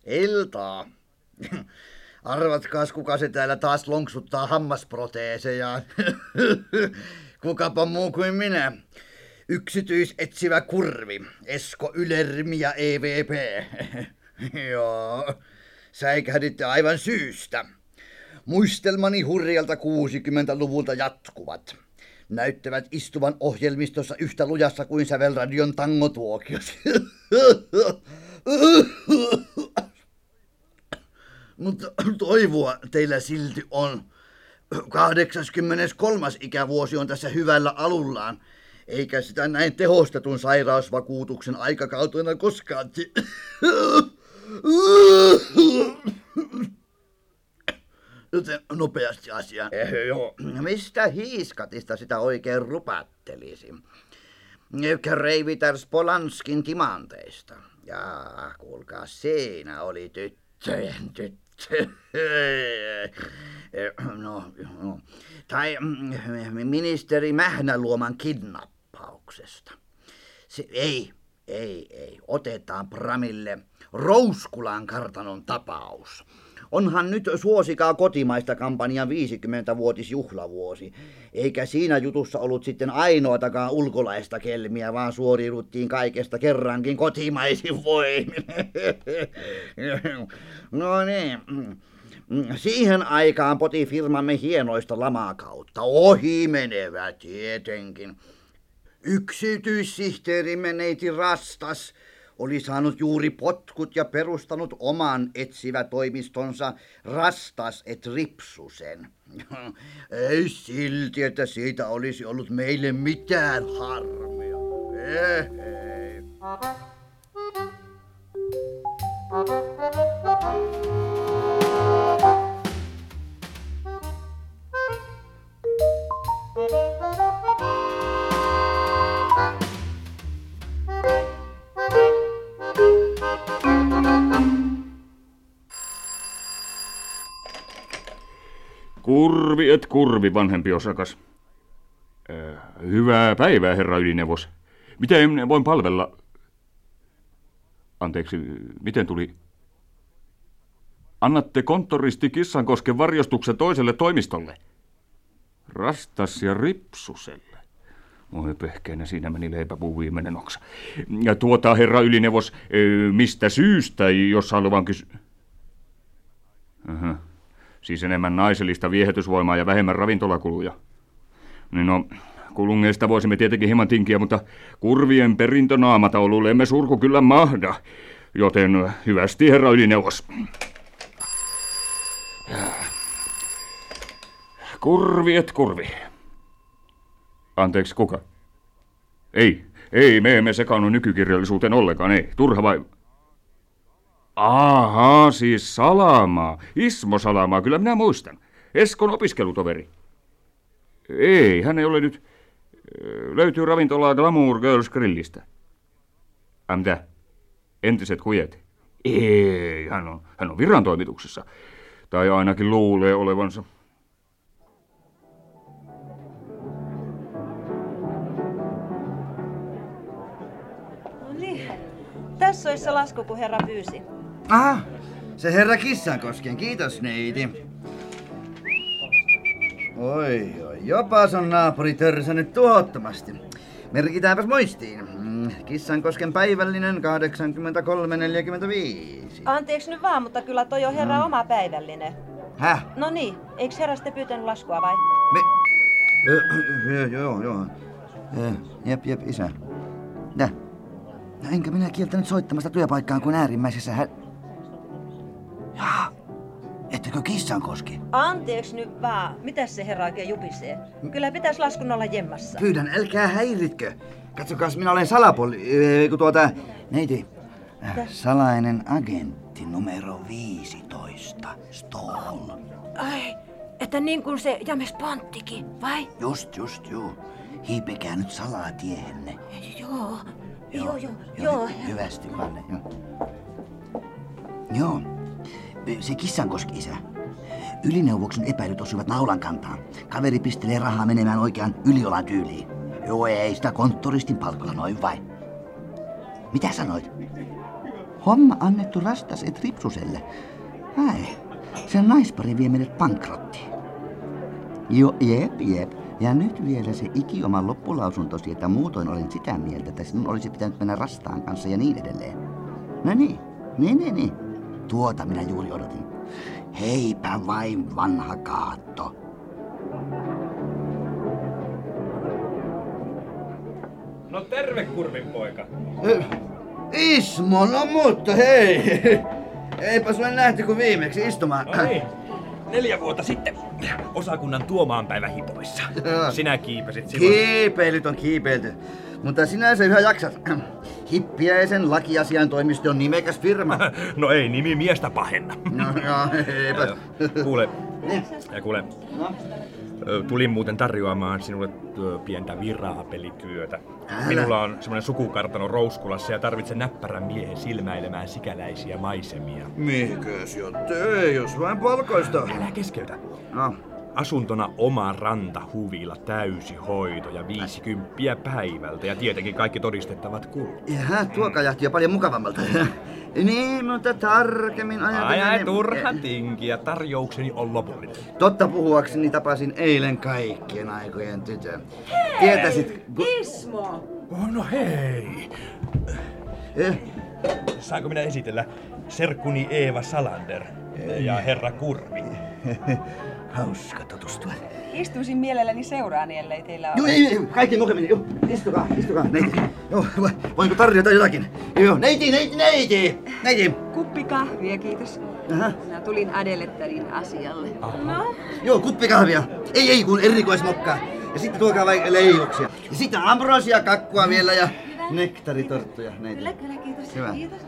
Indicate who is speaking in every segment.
Speaker 1: Iltaa. Arvatkaas, kuka se täällä taas lonksuttaa hammasproteesejaan. Kukapa muu kuin minä. Yksityisetsivä kurvi, Esko Ylermi ja EVP. Joo, säikähditte aivan syystä. Muistelmani hurjalta 60-luvulta jatkuvat. Näyttävät istuvan ohjelmistossa yhtä lujassa kuin Sävelradion tangotuokios. Mutta toivoa teillä silti on. 83. ikävuosi on tässä hyvällä alullaan, eikä sitä näin tehostetun sairausvakuutuksen aikakautena koskaan. Joten nopeasti asiaan. Joo. Mistä hiiskatista sitä oikein rupattelisi? Kreivitär Spolanskin timanteista. Jaa, kuulkaa, siinä oli tyttöjen tyttö. No. Tai ministeri Mähnäluoman kidnappauksesta. Ei. Otetaan Pramille Rouskulan kartanon tapaus. Onhan nyt Suosikaa kotimaista -kampanjan 50-vuotisjuhlavuosi, eikä siinä jutussa ollut sitten ainoatakaan ulkolaista kelmiä, vaan suoriuduttiin kaikesta kerrankin kotimaisin voimin. No niin, siihen aikaan poti firmamme hienoista lamakautta, ohi menevä tietenkin. Yksityissihteerimme neiti Rastas oli saanut juuri potkut ja perustanut oman etsivä toimistonsa Rastas et Ripsusen. Ei silti, että siitä olisi ollut meille mitään harmia. Ei.
Speaker 2: Kurvi et kurvi, vanhempi osakas. Hyvää päivää, herra ylineuvos. Miten voin palvella? Anteeksi, miten tuli? Annatte konttoristi Kissankosken varjostuksen toiselle toimistolle. Rastas ja Ripsuselle. Oi pehkeänä, siinä meni leipäpuun viimeinen oksa. Ja herra ylineuvos, mistä syystä, jos haluan kysyä? Siis enemmän naisellista viehätysvoimaa ja vähemmän ravintolakuluja. Niin no, kulungeista voisimme tietenkin hieman tinkiä, mutta kurvien perintönaamataululle emme surku kyllä mahda. Joten hyvästi, herra ylineuvos. Kurvi et kurvi. Anteeksi, kuka? Ei, me emme sekaannu nykykirjallisuuteen ollenkaan, ei. Turha vai... Ahaa, siis Salamaa. Ismo Salamaa, kyllä minä muistan. Eskon opiskelutoveri. Ei, hän ei ole nyt... Löytyy ravintolaa Glamour Girls Grillistä. Mitä? Entiset kujet? Ei, hän on virantoimituksessa. Tai ainakin luulee olevansa.
Speaker 3: No niin, tässä olisi se lasku, kun herra pyysi.
Speaker 1: Aha, se herra Kissankosken, kiitos neiti. Oi, jopas on naapuri törsännyt tuhottomasti. Merkitäänpäs muistiin. Kissankosken päivällinen 83.45.
Speaker 3: Anteeksi nyt vaan, mutta kyllä toi on herra oma päivällinen.
Speaker 1: Häh?
Speaker 3: No niin, eikö herra sitten pyytänyt laskua vai?
Speaker 1: Joo. Jep, isä. No, enkä minä kieltänyt soittamasta työpaikkaan kuin äärimmäisessä Jaa, ettekö Kissankoski?
Speaker 3: Anteeksi nyt vaan, mitäs se herra oikein jupisee? Kyllä pitäisi laskun olla jemmassa.
Speaker 1: Pyydän, älkää häiritkö. Katsokaas, minä olen neiti, salainen agentti numero 15, Stoll.
Speaker 3: Ai, että niin kuin se James Bondtikin, vai?
Speaker 1: Just, juu. Hiipekää nyt salaa tiehenne.
Speaker 3: Joo.
Speaker 1: Hyvästi, Vanne, joo. Se Kissankoski, isä. Ylineuvoksen epäilyt osuivat naulan kantaan. Kaveri pistelee rahaa menemään oikean Yliolan tyyliin. Joo, ei sitä konttoristin palkalla, noin vai. Mitä sanoit? Homma annettu Rastas et Ripsuselle. Ai, sen naispari vie meidät pankrottiin. Joo, jep. Ja nyt vielä se ikioman loppulausuntosi, että muutoin olen sitä mieltä, että sinun olisi pitänyt mennä Rastaan kanssa ja niin edelleen. No niin. Tuota minä juuri odotin. Heipä vain vanha Kaatto.
Speaker 4: No terve, Kurvin poika.
Speaker 1: Ismo, no mutta hei. Eipä sulle nähty kuin viimeksi istumaan.
Speaker 4: No niin. 4 vuotta sitten osakunnan Tuomaanpäivä hipoissa. Sinä kiipesit silloin.
Speaker 1: Kiipeilyt on kiipeilty. Mutta sinänsä yhä jaksat. Hippiäisen lakiasiaintoimisto on nimekäs firma.
Speaker 4: No ei nimi miestä pahenna.
Speaker 1: No eipä.
Speaker 4: Kuule.
Speaker 1: No.
Speaker 4: Tulin muuten tarjoamaan sinulle pientä virahapelityötä. Minulla on semmonen sukukartano Rouskulassa ja tarvitsen näppärän miehen silmäilemään sikäläisiä maisemia.
Speaker 1: Mikäs jottei, jos vain palkoista.
Speaker 4: Älä keskeytä.
Speaker 1: No.
Speaker 4: Asuntona oma rantahuvila, täysi hoito ja 50 päivältä ja tietenkin kaikki todistettavat kulut.
Speaker 1: Jaha, tuo kajahti jo paljon mukavammalta. Niin, mutta tarkemmin ajatellen...
Speaker 4: Ai, turha tinkiä, tarjoukseni on lopullinen.
Speaker 1: Totta puhuakseni tapasin eilen kaikkien aikojen tytön.
Speaker 3: Hei!
Speaker 1: Tietäsit...
Speaker 3: Ismo!
Speaker 4: No hei! Saanko minä esitellä serkkuni Eeva Salander ja herra Kurvi?
Speaker 1: Hauska tutustua.
Speaker 3: Istuisin mielelläni seuraani, ellei teillä ole.
Speaker 1: Joo, ei, kaikki mukavasti. Joo, istukaa, neiti. Joo, voinko tarjota jotakin? Joo, neiti.
Speaker 3: Kuppi kahvia, kiitos.
Speaker 1: Aha.
Speaker 3: Minä tulin Adelettärin asialle. No?
Speaker 1: Joo, kuppikahvia. Ei, kun erikoismokkaa. Ja sitten tuokaa vaikka leivoksia. Ja sitten ambrosia kakkua vielä ja nektaritorttuja. Neiti.
Speaker 3: Kyllä, kiitos.
Speaker 1: Hyvä.
Speaker 3: Kiitos.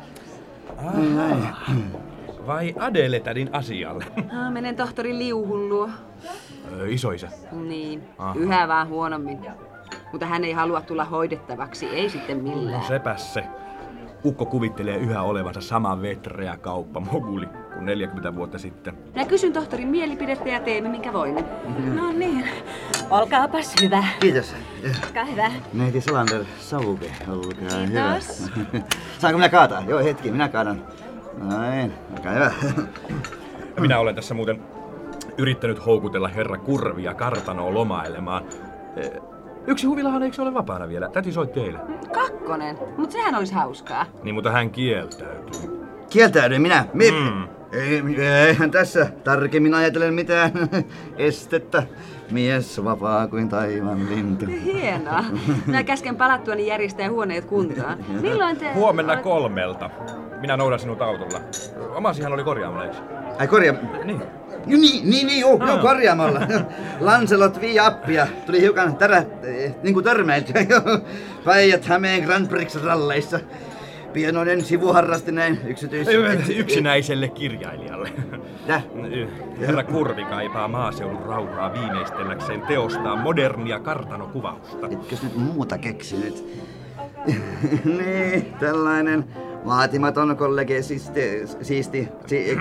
Speaker 4: Vai Adeletärin asialle?
Speaker 3: Menen tohtori Liuhun luo.
Speaker 4: Isoisä.
Speaker 3: Niin,
Speaker 4: Aha.
Speaker 3: yhä vaan huonommin. Mutta hän ei halua tulla hoidettavaksi, ei sitten millään.
Speaker 4: No sepäs se. Ukko kuvittelee yhä olevansa sama vetreä kauppamoguli kuin 40 vuotta sitten.
Speaker 3: Minä kysyn tohtorin mielipidettä ja teemme minkä voimme. No niin, olkaapas hyvä.
Speaker 1: Kiitos.
Speaker 3: Olkaa hyvä.
Speaker 1: Neiti Salander, sauke, olkaa hyvä.
Speaker 3: Kiitos.
Speaker 1: Saanko minä kaataa? Joo, hetki, minä kaadan. Noin, olkaa hyvä.
Speaker 4: Minä olen tässä muuten yrittänyt houkutella herra Kurvia kartanoon lomailemaan. Yksi huvilahan eikö se ole vapaana vielä? Täti soitti eilen.
Speaker 3: 2, mutta sehän olisi hauskaa.
Speaker 4: Niin, mutta hän kieltäytyy.
Speaker 1: Kieltäydyin minä. Eihän tässä tarkemmin ajatellen mitään estettä. Mies vapaa kuin taivaan lintu.
Speaker 3: Hienoa. Minä käsken palattuani järjestää huoneet kuntoon. Milloin te...
Speaker 4: Huomenna 3. Minä noudan sinut autolla. Omasihan oli korjaamalla, eikö?
Speaker 1: Ai korja...
Speaker 4: Niin.
Speaker 1: Joo, korjaamalla. Lancelot vii appia. Tuli hiukan niinku törmäiltyä. Päijät-Hämeen Grand Prix-ralleissa. Pienoinen sivuharrasti näin
Speaker 4: Yksinäiselle kirjailijalle.
Speaker 1: Täh?
Speaker 4: Herra Kurvi kaipaa maaseudun rauhaa viimeistelläkseen teostaan modernia kartanokuvausta.
Speaker 1: Etkös nyt muuta keksinyt? Niin, tällainen vaatimaton kollege siisti,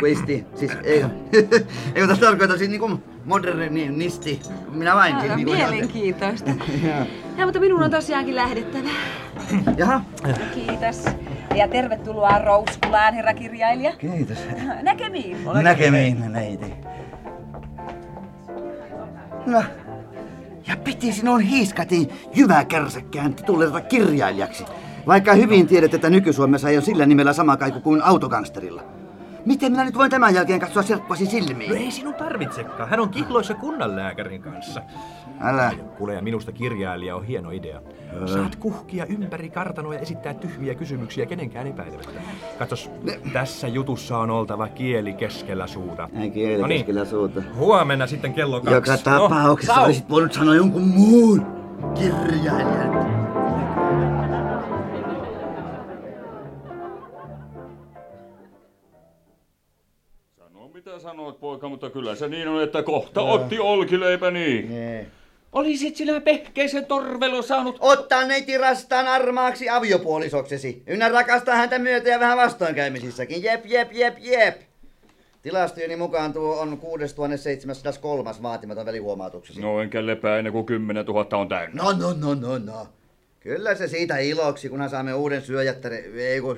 Speaker 1: ei tässä tarkoita siis niinku modernisti. Minä vain. Niinku,
Speaker 3: mielenkiintoista. Ja, mutta minun on tosiaankin lähdettävä.
Speaker 1: Jaha.
Speaker 3: Kiitos. Ja tervetuloa Rouskulaan, herra kirjailija.
Speaker 1: Kiitos.
Speaker 3: Näkemiin.
Speaker 1: Näkemiin, neiti. No, ja piti sinun hiiskati jyväkärsäkkään tituleerata kirjailijaksi. Vaikka hyvin tiedät, että nyky-Suomessa ei ole sillä nimellä sama kaiku kuin autogangsterilla. Miten minä nyt voin tämän jälkeen katsoa serkkuasi silmiin?
Speaker 4: No ei sinun tarvitsekaan. Hän on kihloissa kunnanlääkärin kanssa.
Speaker 1: Älä.
Speaker 4: Kuule, ja minusta kirjailija on hieno idea. Saat kuhkia ympäri kartanoa ja esittää tyhmiä kysymyksiä kenenkään epäilemättä. Katsos, tässä jutussa on oltava kieli keskellä suuta.
Speaker 1: Ei kieli keskellä suuta.
Speaker 4: Huomenna sitten kello 2.
Speaker 1: Joka tapauksessa olisit voinut sanoa jonkun muun kirjailijan.
Speaker 2: Mitä sanoit, poika, mutta kyllä se niin on, että kohta otti olkileipä niin.
Speaker 5: Olisit sinä pehkeisen torvelo saanut...
Speaker 1: Ottaa neiti Rastaan armaaksi aviopuolisoksesi. Ynnä rakastaa häntä myötä ja vähän vastoinkäymisissäkin. Jep. Tilastojeni mukaan tuo on 6703 vaatimaton välihuomautuksesi.
Speaker 2: No enkä lepää ennen kuin 10 000 on täynnä.
Speaker 1: No. Kyllä se siitä iloksi, kunhan saamme uuden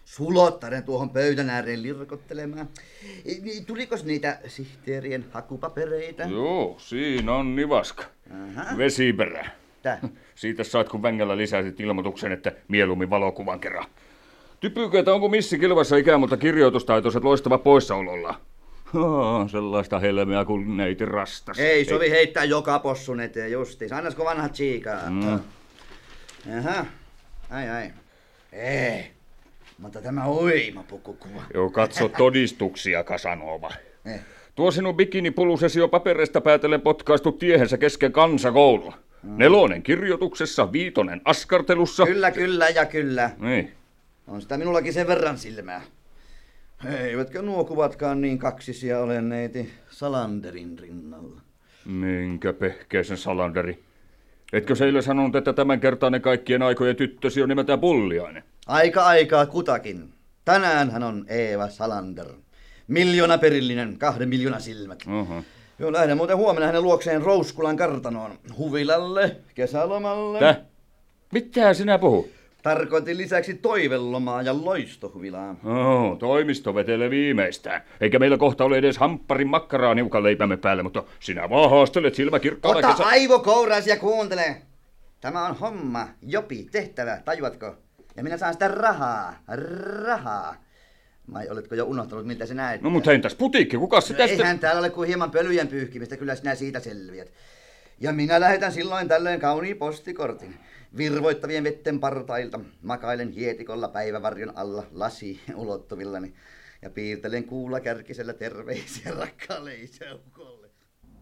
Speaker 1: sulottaren tuohon pöydän ääreen lirkottelemaan. Tulikos niitä sihteerien hakupapereita?
Speaker 2: Joo, siinä on nivaska.
Speaker 1: Aha.
Speaker 2: Vesiperä.
Speaker 1: Tää.
Speaker 2: Siitä saat, kun vängällä lisäsit ilmoituksen, että mieluummin valokuvan kerran. Typyköitä onko missi kilvassa ikään, mutta kirjoitustaitoiset loistava poissaololla. Sellaista helmeä kuin neiti rastas.
Speaker 1: Ei sovi heittää joka possun eteen justiis. Annasko vanhat siikaa? Jaha. Ai. Ei. Mutta tämä uimapukukuva.
Speaker 2: Joo, katso todistuksia, Casanova.
Speaker 1: Tuo
Speaker 2: sinun bikinipulusesi on papereista päätellen potkaistu tiehensä kesken kansakoulua. 4 kirjoituksessa, 5 askartelussa.
Speaker 1: Kyllä.
Speaker 2: Niin.
Speaker 1: On sitä minullakin sen verran silmää. Eivätkö nuo kuvatkaan niin kaksisia ole neiti Salanderin rinnalla?
Speaker 2: Minkä pehkeisen Salanderi? Etkö se eilen sanonut, että tämänkertainen kaikkien aikojen tyttösi on nimeltään Pulliainen?
Speaker 1: Aikaa kutakin. Tänään hän on Eeva Salander. 1 perillinen, 2 miljoonan silmät. Joo, lähden muuten huomenna hänen luokseen Rouskulan kartanoon. Huvilalle, kesälomalle.
Speaker 2: Mitä sinä puhut?
Speaker 1: Tarkoitin lisäksi toivelomaa ja loistohuvilaa.
Speaker 2: Toimisto vetelee viimeistään. Eikä meillä kohta ole edes hampparin makkaraa niukan leipämme päälle, mutta sinä vaan haastelet silmäkirkkaalla
Speaker 1: Ota aivokouras ja kuuntele. Tämä on homma, jopi, tehtävä, tajuatko? Ja minä saan sitä rahaa. Vai oletko jo unohtanut, miltä se näyttää?
Speaker 2: No mutta entäs putiikki, kuka sitä sitten?
Speaker 1: Eihän täällä ole kuin hieman pölyjen pyyhkimistä, kyllä sinä siitä selviät. Ja minä lähetän silloin tällöin kauniin postikortin. Virvoittavien vetten partailta makailen hietikolla päivävarjon alla lasi ulottuvillani ja piirtelen kuulla kärkisellä terveisiä rakkaalle isäukolle.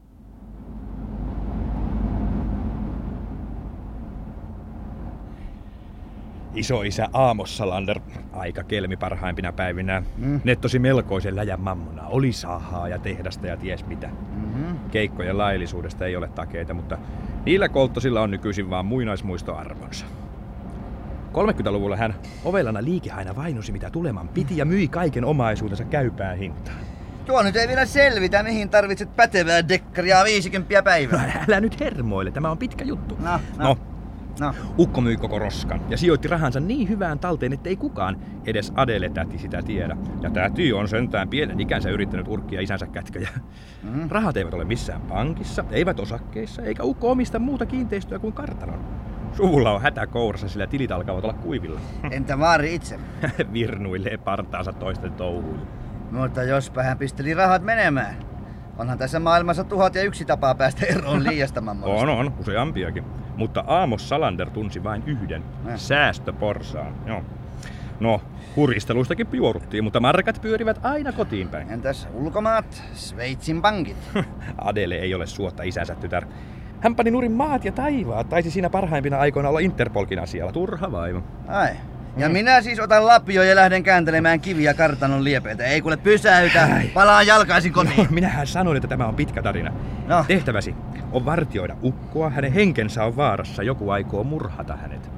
Speaker 4: Isoisä Aamos Salander, aika kelmi parhaimpina päivinä, nettosi melkoisen läjän mammona. Oli sahaa ja tehdasta ja ties mitä. Keikkojen laillisuudesta ei ole takeita, mutta niillä kolttosilla on nykyisin vaan muinaismuistoarvonsa. 30-luvulla hän ovelana liikehaina vainosi mitä tuleman piti ja myi kaiken omaisuutensa käypään hintaan.
Speaker 1: Tuo nyt ei vielä selvitä, mihin tarvitset pätevää dekkaria 50 päivää.
Speaker 4: No, älä nyt hermoile, tämä on pitkä juttu.
Speaker 1: No.
Speaker 4: Ukko myi koko roskan ja sijoitti rahansa niin hyvään talteen, ettei kukaan, edes Adele-täti sitä tiedä. Ja täti on sentään pienen ikänsä yrittänyt urkkia isänsä kätköjä. Rahat eivät ole missään pankissa, eivät osakkeissa, eikä ukko omista muuta kiinteistöä kuin kartanon. Suvulla on hätä kourassa, sillä tilit alkavat olla kuivilla.
Speaker 1: Entä vaari itse?
Speaker 4: Virnuilee partaansa toisten touhuille.
Speaker 1: Mutta jospa hän pisteli rahat menemään. Onhan tässä maailmassa 1001 tapaa päästä eroon liiasta mammonasta.
Speaker 4: On, useampiakin. Mutta Aamos Salander tunsi vain yhden, säästöporsaan. Joo. No, huristeluistakin juoruttiin, mutta markat pyörivät aina kotiin päin.
Speaker 1: Entäs ulkomaat, Sveitsin pankit?
Speaker 4: Adele ei ole suotta isänsä tytär. Hän pani nurin maat ja taivaat, taisi siinä parhaimpina aikoina olla Interpolkin asialla. Turha vaiva.
Speaker 1: Ai. Ja minä siis otan lapio ja lähden kääntelemään kiviä kartanon liepeiltä. Ei kuule pysäytä, palaan jalkaisin kotiin.
Speaker 4: No, minähän sanoin, että tämä on pitkä tarina. No. Tehtäväsi on vartioida ukkoa, hänen henkensä on vaarassa, joku aikoo murhata hänet.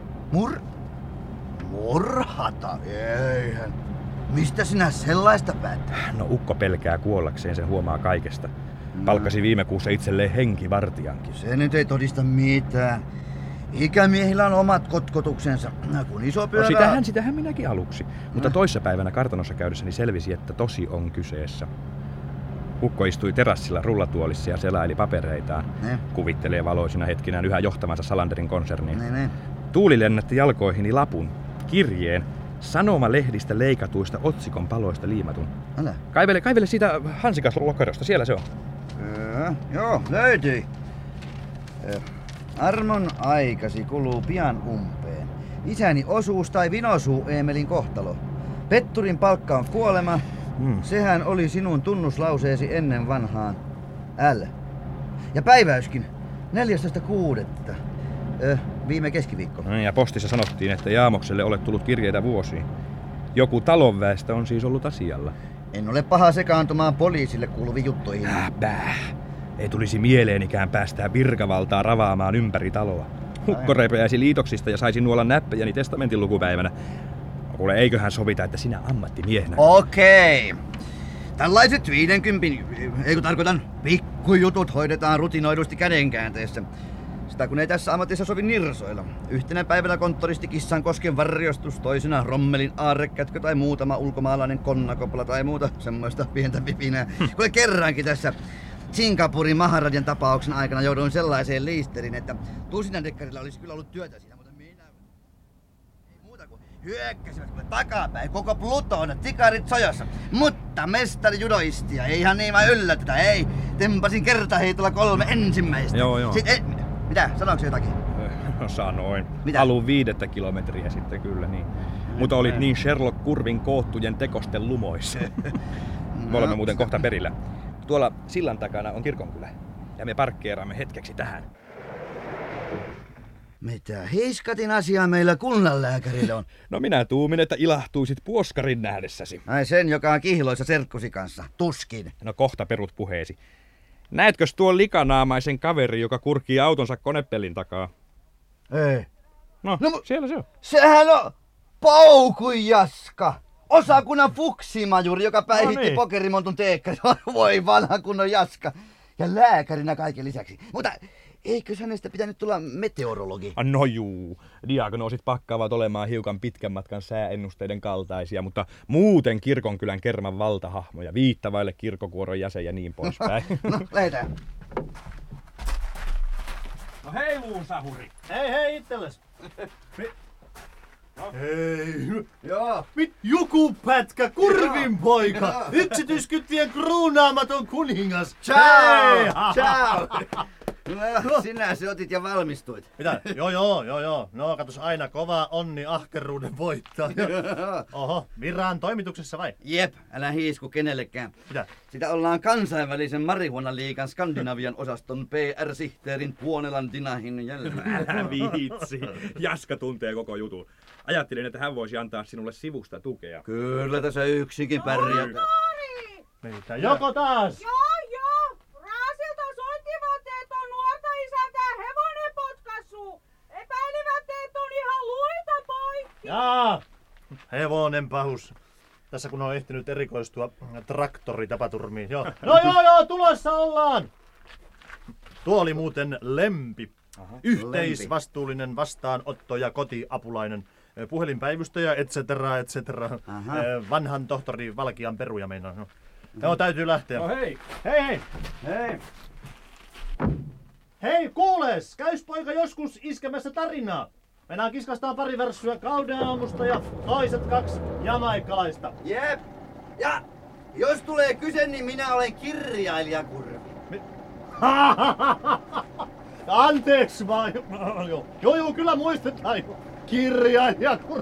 Speaker 1: Murhata? Eihän. Mistä sinä sellaista päättää?
Speaker 4: No ukko pelkää kuollakseen, sen huomaa kaikesta. Palkkasi viime kuussa itselleen henkivartijankin.
Speaker 1: Se nyt ei todista mitään. Ikämiehillä on omat kotkotuksensa, kun iso pyörä...
Speaker 4: No sitähän minäkin aluksi. Mutta toissapäivänä kartanossa käydessäni selvisi, että tosi on kyseessä. Ukko istui terassilla rullatuolissa ja selaili papereitaan. Kuvittelee valoisina hetkinään yhä johtamansa Salanderin konserniin. Tuuli lennätti jalkoihini lapun, kirjeen, sanomalehdistä leikatuista otsikon paloista liimatun.
Speaker 1: Älä.
Speaker 4: Kaivele siitä hansikaslokerosta, siellä se on.
Speaker 1: Joo, löytyi. Armon aikasi kuluu pian umpeen. Isäni osuus tai vinosuu Eemelin kohtalo. Petturin palkka on kuolema. Sehän oli sinun tunnuslauseesi ennen vanhaan. L. Ja päiväyskin. 14.6. Viime keskiviikko.
Speaker 4: Ja postissa sanottiin, että Jaamokselle ole tullut kirjeitä vuosiin. Joku talonväestä on siis ollut asialla.
Speaker 1: En ole paha sekaantumaan poliisille kuuluviin juttuihin.
Speaker 4: Ei tulisi mieleenikään päästää virkavaltaa ravaamaan ympäri taloa. Ukko repeäisi liitoksista ja saisi nuolla näppejäni testamentin lukupäivänä. Kuule, eiköhän sovita, että sinä ammattimiehenä...
Speaker 1: Okei. Tällaiset 50, eikö tarkoitan, pikkujutut hoidetaan rutinoidusti kädenkäänteessä. Mutta kun ei tässä ammatissa sovi nirsoilla. Yhtenä päivänä konttoristi Kissankosken varjostus, toisena Rommelin aarrekätkö tai muutama ulkomaalainen konnakopla tai muuta semmoista pientä vipinää. Kuule kerrankin tässä Singaporen Maharajan tapauksen aikana jouduin sellaiseen liisteriin, että tusinandekkarilla olisi kyllä ollut työtä siinä, mutta minä... Ei muuta kuin hyökkäsivät kuule takapäin koko Pluton, tikarit sojossa. Mutta mestari judoistia, ei ihan niin vaan yllätetä, ei. Tempasin kertaheitolla 3 ensimmäistä.
Speaker 4: Joo.
Speaker 1: Sitten, mitä? Sanoiko jotakin?
Speaker 4: No sanoin.
Speaker 1: Mitä?
Speaker 4: Alun 5 kilometriä sitten kyllä niin. Mutta olit niin Sherlock Kurvin koottujen tekosten lumoissa. Me olemme muuten kohta perillä. Tuolla sillan takana on kirkonkylä. Ja me parkkeeraamme hetkeksi tähän.
Speaker 1: Mitä heiskatin asiaa meillä kunnanlääkärillä on?
Speaker 4: No minä tuumin, että ilahtuisit puoskarin nähdessäsi.
Speaker 1: Ai sen, joka on kihloissa serkkusi kanssa. Tuskin.
Speaker 4: No kohta perut puheesi. Näetkös tuon likanaamaisen kaveri, joka kurkii autonsa konepellin takaa?
Speaker 1: Ei.
Speaker 4: No siellä se on.
Speaker 1: Sehän on Paukun Jaska. Osakunnan fuksimajuri, joka päihitti pokerimontun teekkari. Voi vanha kunnon Jaska. Ja lääkärinä kaiken lisäksi. Mutta eikö hänestä pitänyt tulla meteorologi?
Speaker 4: No juu. Diagnoosit pakkaavat olemaan hiukan pitkän matkan sääennusteiden kaltaisia, mutta muuten kirkonkylän kerman valtahahmoja, viittavaille kirkkokuoron jäsen ja niin poispäin.
Speaker 1: No, lähetään.
Speaker 4: No hei luunsahuri.
Speaker 6: Hei itsellesi. Hei.
Speaker 1: Joo.
Speaker 6: Joku pätkä, Kurvin poika. Yksityiskyttien kruunaamaton kuningas.
Speaker 1: Ciao! Ciao! No, sinä se otit ja valmistuit.
Speaker 6: Mitä? Joo. No, katos aina kova onni ahkeruuden voittaa. Oho, Viran toimituksessa vai?
Speaker 1: Jep, älä hiisku kenellekään.
Speaker 6: Mitä?
Speaker 1: Sitä ollaan kansainvälisen marihuonaliigan Skandinavian osaston PR-sihteerin Puonelan Dinahin jälkeen.
Speaker 4: Älä viitsi. Jaska tuntee koko jutun. Ajattelin, että hän voisi antaa sinulle sivusta tukea.
Speaker 1: Kyllä tässä yksinkin pärjät.
Speaker 6: Mitä? Joko taas?
Speaker 7: Joo. Raasilta soittivat, että on nuorta isältää hevonen potkassu. Epäilivät, että on ihan luita poikki.
Speaker 6: Jaa, hevonen pahus. Tässä kun on ehtinyt erikoistua traktoritapaturmiin. Joo. No, tulossa ollaan. Tuo oli muuten Lempi. Yhteisvastuullinen vastaanotto ja kotiapulainen. Puhelinpäivystäjä, et cetera. Vanhan tohtori Valkian peruja meinaa. No. Joo, täytyy lähteä.
Speaker 4: No hei.
Speaker 6: Hei. Hei, kuules! Käys poika joskus iskemässä tarinaa. Mennään kiskastaan pari värssyä kauden aamusta ja toiset 2 jamaikkalaista.
Speaker 1: Jep. Ja jos tulee kyse, niin minä olen kirjailija Kurvi.
Speaker 6: Anteeksi vaan. Joo, kyllä muistetaan. Kirjailija Kurvi.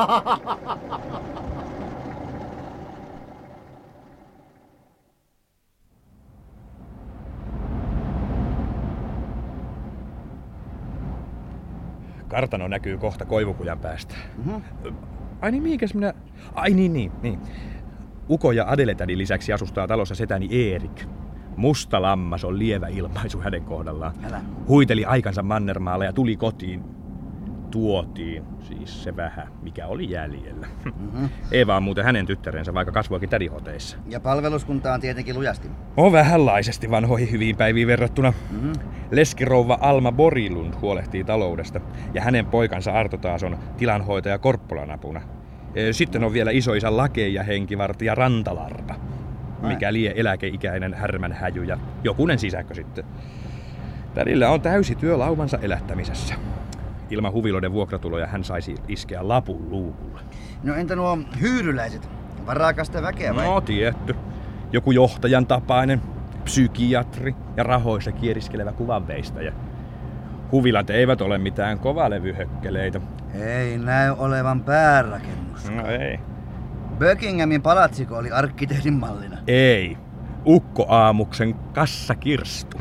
Speaker 4: Kartano näkyy kohta Koivukujan päästä. Ai niin, mihinkäs minä... Ai niin. Uko ja Adeletädin lisäksi asustaa talossa setäni Eerik. Musta lammas on lievä ilmaisu hänen kohdallaan. Huiteli aikansa Mannermaalla ja tuli kotiin. Tuotiin, siis se vähän, mikä oli jäljellä. Eeva on muuten hänen tyttärensä, vaikka kasvoikin tädihoteissa.
Speaker 1: Ja palveluskunta on tietenkin lujasti.
Speaker 4: On vähänlaisesti vanhoihin hyviin päiviin verrattuna. Leskirouva Alma Borilund huolehtii taloudesta ja hänen poikansa Arto taas on tilanhoitaja Korppolan apuna. Sitten on vielä isoisän lakeja henkivartija Rantalarpa, mikä lie eläkeikäinen härmänhäjy ja jokunen sisäkkö sitten. Tädillä on täysi työ laumansa elättämisessä. Ilman huviloiden vuokratuloja hän saisi iskeä lapun luukulle.
Speaker 1: No entä nuo hyyryläiset? Varakasta väkeä vai?
Speaker 4: No tietty. Joku johtajan tapainen, psykiatri ja rahoissa kieriskelevä kuvanveistäjä. Huvilat eivät ole mitään kovalevyhökkeleitä.
Speaker 1: Ei näy olevan päärakennus.
Speaker 4: No ei.
Speaker 1: Buckinghamin palatsiko oli arkkitehdin mallina.
Speaker 4: Ei. Ukko Aamuksen kassakirstu.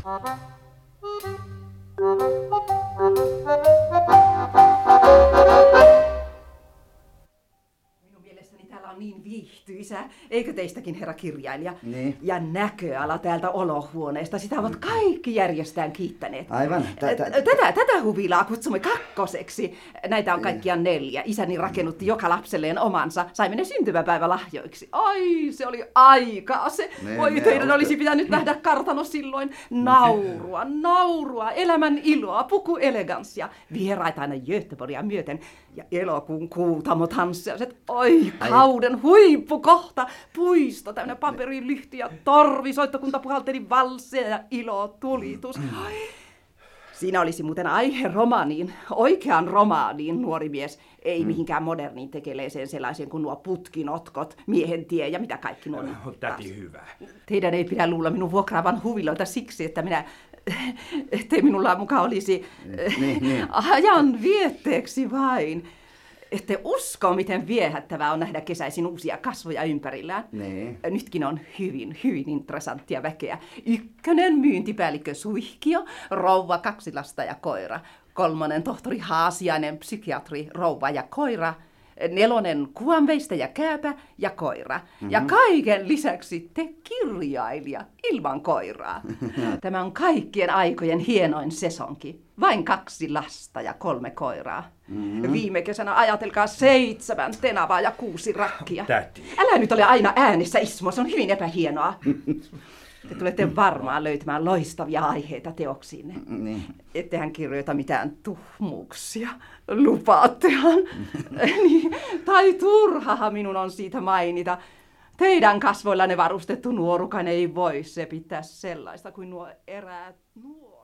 Speaker 3: Minun mielestäni täällä on niin viihtyisää. Eikö teistäkin, herra kirjailija?
Speaker 1: Niin.
Speaker 3: Ja näköala täältä olohuoneesta. Sitä ovat kaikki järjestään kiittäneet.
Speaker 1: Aivan.
Speaker 3: Tätä huvilaa kutsumme kakkoseksi. Näitä on kaikkiaan 4. Isäni rakennutti joka lapselleen omansa. Saimme ne syntymäpäivälahjoiksi. Ai, se oli aikaa se. Voi, teidän olisi pitänyt nähdä kartano silloin. Naurua, elämän iloa, pukueleganssia. Vieraita aina Göteborgia myöten. Ja elokuun kuutamotanssiaiset. Oi, kauden huippukohta. Puisto täynnä paperilyhty ja torvisoittokunta puhalteli valsseja ja ilotulitus. Oi. Siinä olisi muuten aihe romaaniin, oikean romaaniin, nuori mies. Ei mihinkään moderniin tekeleeseen sellaiseen kuin nuo putkinotkot, miehen tie ja mitä kaikki nuo.
Speaker 4: Täti hyvä.
Speaker 3: Teidän ei pidä luulla minun vuokraavan huviloita siksi, että ettei minulla mukaan olisi ajan vietteeksi vain. Ette usko, miten viehättävää on nähdä kesäisin uusia kasvoja ympärillään.
Speaker 1: Nee.
Speaker 3: Nytkin on hyvin interessanttia väkeä. 1. myyntipäällikkö Suihkio, rouva 2 lasta ja koira. 3. tohtori Haasiainen, psykiatri, rouva ja koira. 4. kuvanveistäjä Kääpä ja koira. Ja kaiken lisäksi te kirjailija ilman koiraa. Tämä on kaikkien aikojen hienoin sesonki. Vain 2 lasta ja 3 koiraa. Viime kesänä ajatelkaa 7 tenavaa ja 6 rakkia.
Speaker 4: Täti.
Speaker 3: Älä nyt ole aina äänessä, Ismo, se on hyvin epähienoa. Te tulette varmaan löytämään loistavia aiheita teoksiinne.
Speaker 1: Niin.
Speaker 3: Ettehän kirjoita mitään tuhmuuksia. Lupaattehan. Niin, tai turhahan minun on siitä mainita. Teidän kasvoillanne varustettu nuorukan ei voi se pitää sellaista kuin nuo eräät nuoret.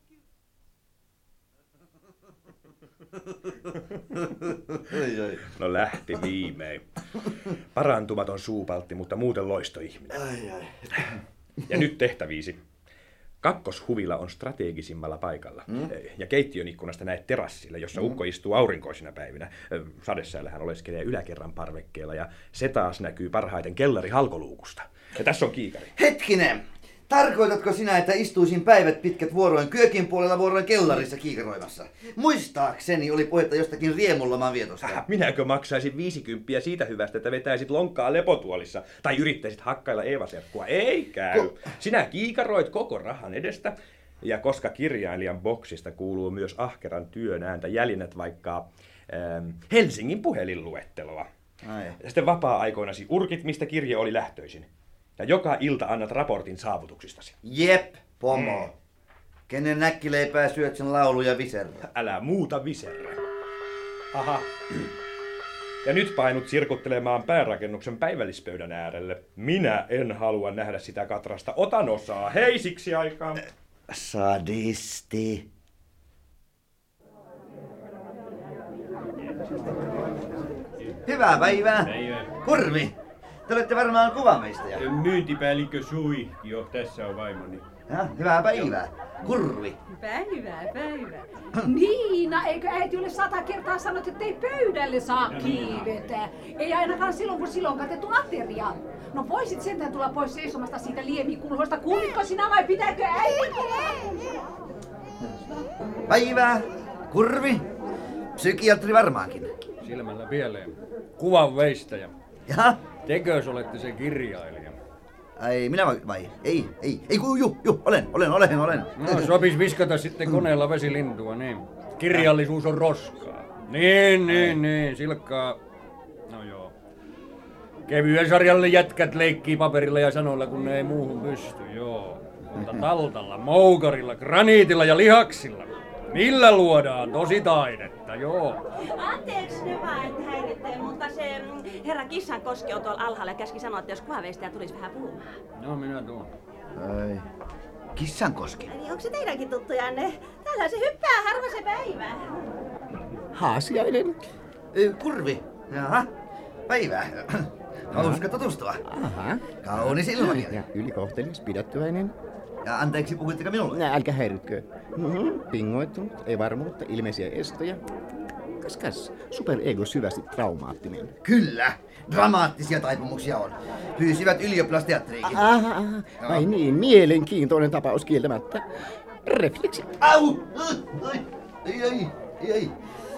Speaker 4: No lähti viimein. Parantumaton suupaltti, mutta muuten loistoihminen. Ja nyt tehtäviisi. Kakkoshuvila on strategisimmalla paikalla. Ja keittiön ikkunasta näet terassille, jossa ukko istuu aurinkoisina päivinä. Sadesäällähän oleskelee yläkerran parvekkeella ja se taas näkyy parhaiten kellari halkoluukusta. Ja tässä on kiikari.
Speaker 1: Hetkinen! Tarkoitatko sinä, että istuisin päivät pitkät vuoroin kyökin puolella vuoroin kellarissa kiikaroimassa? Muistaakseni oli puhetta jostakin riemunloman vietosta.
Speaker 4: Minäkö maksaisin 50 siitä hyvästä, että vetäisit lonkkaa lepotuolissa tai yrittäisit hakkailla Eeva-serkkua? Ei käy. Sinä kiikaroit koko rahan edestä. Ja koska kirjailijan boksista kuuluu myös ahkeran työn ääntä, jäljennät vaikka Helsingin puhelinluetteloa. Ja sitten vapaa-aikoinasi urkit, mistä kirje oli lähtöisin. Ja joka ilta annat raportin saavutuksistasi.
Speaker 1: Jep, pomo. Kenen näkkileipää syöt sen laulu ja viserrä?
Speaker 4: Älä muuta viserrä. Aha. Ja nyt painut sirkuttelemaan päärakennuksen päivällispöydän äärelle. Minä en halua nähdä sitä katrasta. Otan osaa. Hei siksi aikaa.
Speaker 1: Sadisti. Hyvää päivää. Kurvi. Te olette varmaan kuvanveistäjä.
Speaker 8: Myyntipäällikkö Suihkio, tässä on vaimoni.
Speaker 1: Ja, hyvää päivää. Kurvi.
Speaker 9: Päivää. Niina, eikö äiti ole 100 kertaa sanonut, että ei pöydälle saa kiivetä? Ei ainakaan silloin, kun silloin katettu ateria. No voisit sentään tulla pois seisomasta siitä liemikulhoista. Kuulitko sinä vai pitääkö äiti?
Speaker 1: Päivää. Kurvi. Psykiatri varmaankin.
Speaker 8: Silmällä pieleen. Kuvanveistäjä.
Speaker 1: Jaha.
Speaker 8: Tekös olette se kirjailija?
Speaker 1: Ai, minä vai? Ei, olen.
Speaker 8: No, sopis viskata sitten koneella vesilintua, niin. Kirjallisuus on roskaa. Niin, silkkaa. No joo. Kevyen sarjalle jätkät leikkii paperilla ja sanoilla, kun ne ei muuhun pysty, joo. Mutta taltalla, moukarilla, graniitilla ja lihaksilla. Millä luodaan tosi taidetta, joo.
Speaker 10: Anteeksi nyt vaan, että häiritte, mutta se herra Kissankoski on tuolla alhaalla ja käski sanoa, että jos kuvaveistäjä tulisi vähän puhumaan.
Speaker 8: No, minä tuon.
Speaker 1: Ai. Kissankoski.
Speaker 10: Eli onko se teidänkin tuttujanne? Täällä se hyppää harva se päivä.
Speaker 11: Haasiainen.
Speaker 1: Kurvi. Jaha. Päivää. Hauska tutustua.
Speaker 11: Aha.
Speaker 1: Kaunis ilmakin.
Speaker 11: Ja ylikohtelias, pidättyväinen.
Speaker 1: Ja anteeksi, puhuitteko minulle?
Speaker 11: Älkää häiritkö. Pingoittunut, ei varmuutta, ilmeisiä estoja. Kas, superego syvästi traumaattinen.
Speaker 1: Kyllä, dramaattisia taipumuksia on. Pyysivät ylioppilasteatteriikin.
Speaker 11: Aha. Ai niin, mielenkiintoinen tapaus kieltämättä. Refleksi.
Speaker 1: Au! Ei.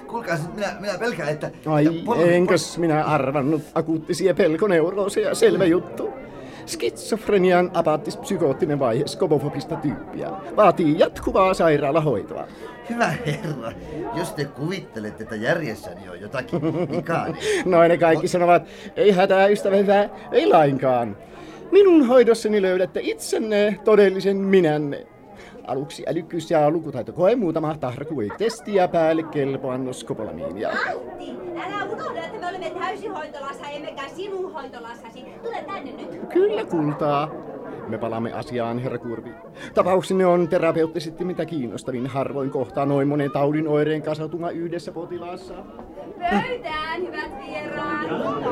Speaker 1: kuulkaas, minä pelkään, että...
Speaker 11: Ai, enkäs minä arvannut akuuttisia pelkoneurooseja, selvä juttu. Skitsofrenian apaattis-psykoottinen vaihe skobofobista tyyppiä. Vaatii jatkuvaa sairaalahoitoa.
Speaker 1: Hyvä herra, jos te kuvittelette, että järjessäni on jotakin vikaa, niin...
Speaker 11: Noin ne kaikki sanovat, ei hätää ystävä hyvä, ei lainkaan. Minun hoidossani löydätte itsenne todellisen minänne. Aluksi älykkyys ja lukutaito koe, muutama tahrakuitesti ja päälle kelpoannos skopolamiinia.
Speaker 10: Antti, älä unohda, että me olemme täysihoitolassa, emmekä sinun hoitolassasi. Tule tänne nyt.
Speaker 11: Kyllä kultaa. Me palaamme asiaan, herra Kurvi. Tapauksenne on terapeuttisesti mitä kiinnostavin. Harvoin kohtaa noin monen taudin oireen kasautuma yhdessä potilaassa.
Speaker 10: Pöytään, hyvät vieraat.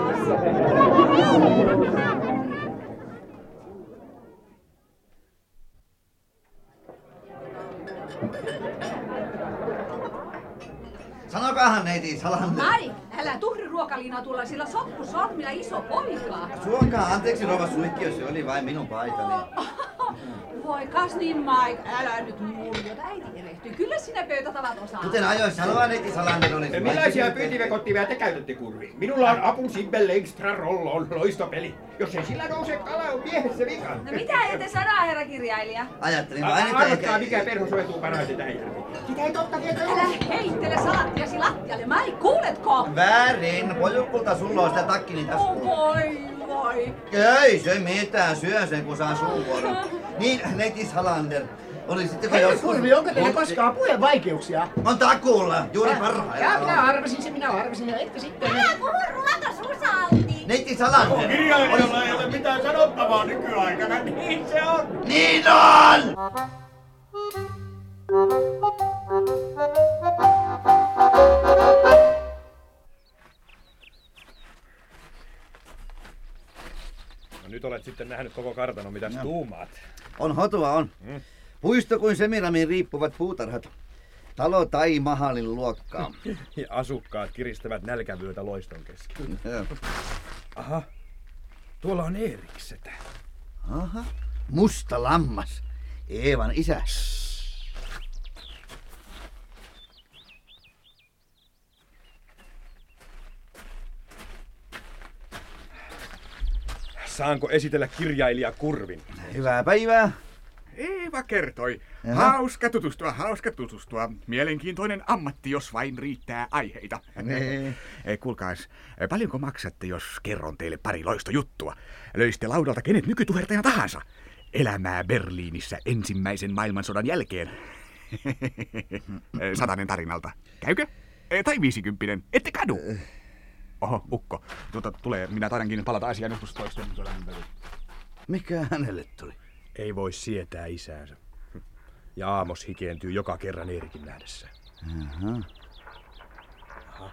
Speaker 1: Sanokaahan neiti Salander.
Speaker 9: Mari, älä tuhri ruokaliinaa tuolla sillä sotkusormilla iso poika.
Speaker 1: Suokaa anteeksi rouva Suikki, jos se oli vain minun paitani.
Speaker 9: Voi kas niin, Mike, älä nyt muljota, äiti erehtyy. Kyllä sinä pöytätavat osaa.
Speaker 1: Kuten ajoin sanoa, neiti Salander olisi...
Speaker 5: Millaisia pyytivekottimia te käytätte, Kurvi? Minulla on Apu Sibbel Extra Roll-on loistopeli. Jos ei sillä nouse kala, on miehessä vika.
Speaker 10: No mitä ette sanoa, herra kirjailija?
Speaker 1: Ajattelin vain, että
Speaker 5: Arvatkaa, mikä perho soituu parhaiten tähän järveen. Sitä ei totta tietoa.
Speaker 9: Älä heittele salattiasi lattialle, Mike, kuuletko?
Speaker 1: Väärin, pojukulta sulla on sitä takkini taskuun.
Speaker 9: Voi.
Speaker 1: Ei se mitään, syön sen kun saan suuvuoron. Niin, neiti Salander, olisitteko
Speaker 11: Herra
Speaker 1: joskus...
Speaker 11: Kurvi, onko teillä koskaan puheen vaikeuksia?
Speaker 1: On takuulla, juuri parhaillaan.
Speaker 11: Ja minä arvasin ja että sitten...
Speaker 10: Älä puhu rulato susalti.
Speaker 1: Neiti Salander.
Speaker 5: Kirjailijalla ei ole mitään sanottavaa nykyaikana, niin se on.
Speaker 1: Niin on!
Speaker 4: No nyt olet sitten nähnyt koko kartanon, mitä tuumaat.
Speaker 1: On hotua, on. Puisto kuin Semiramiin riippuvat puutarhat. Talo tai mahalin luokkaa.
Speaker 4: Ja asukkaat kiristävät nälkävyötä loiston kesken. Aha, tuolla on Eeriksetä.
Speaker 1: Aha, musta lammas. Eevan isä.
Speaker 4: Saanko esitellä kirjailija Kurvin?
Speaker 1: Hyvää päivää.
Speaker 12: Eeva kertoi.
Speaker 1: Jaha.
Speaker 12: Hauska tutustua. Mielenkiintoinen ammatti, jos vain riittää aiheita.
Speaker 1: Niin.
Speaker 12: Kuulkaas, paljonko maksatte, jos kerron teille pari loistojuttua? Löisitte laudalta kenet nykytuhertajana tahansa. Elämää Berliinissä ensimmäisen maailmansodan jälkeen. 100 tarinalta. Käykö? Tai 50. Ette kadu. Oho, ukko. Tulee. Minä taidankin palata asiaan joskus toisten.
Speaker 1: Mikä hänelle tuli?
Speaker 4: Ei voi sietää isäänsä. Ja Aamos hikeentyy joka kerran Eerikin nähdessä. Aha.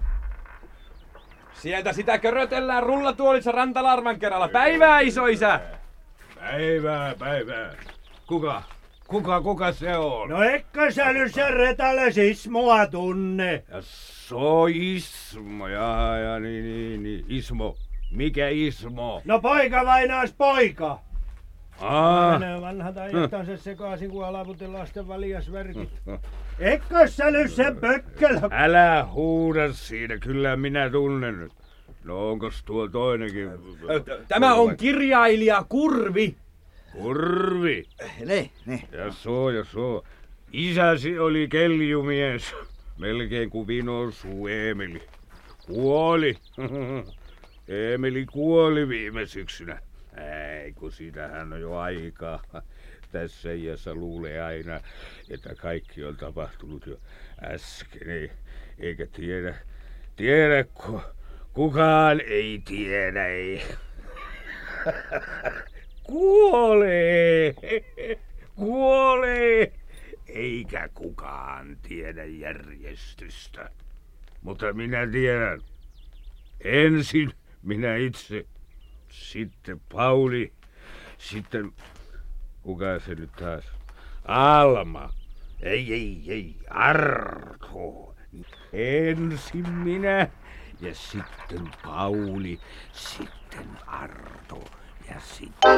Speaker 4: Sieltä sitä körötellään rullatuolissa Rantalarman kerralla. Päivää, isoisä!
Speaker 8: Päivää. Kuka se on?
Speaker 5: No etkö sä nyt sen retalle Ismoa tunne?
Speaker 8: Ja so Ismo, ja niin, Ismo. Mikä Ismo?
Speaker 5: No poika vainaas poika.
Speaker 8: Menee
Speaker 5: vanhat ajattansa sekaisin, kun alaputin lasten valjasverkit. Etkö sä nyt sen pökkelä?
Speaker 8: Älä huuda siinä, kyllä minä tunnen. No onkos tuo toinenkin?
Speaker 4: Tämä on kirjailija Kurvi.
Speaker 8: Kurvi?
Speaker 1: Ne.
Speaker 8: Ja so. Isäsi oli keljumies. Melkein kuin Vinon suu Eemeli. Kuoli. Eemeli kuoli viime syksynä. Ei, kun siitähän on jo aikaa. Tässä iässä luulee aina, että kaikki on tapahtunut jo äsken. Eikä tiedä kukaan ei tiedä. Ei. Kuolee. Eikä kukaan tiedä järjestystä. Mutta minä tiedän. Ensin minä itse. Sitten Pauli. Sitten... Kuka se nyt taas? Alma. Ei. Arto. Ensin minä. Ja sitten Pauli. Sitten Arto. Ja sitten...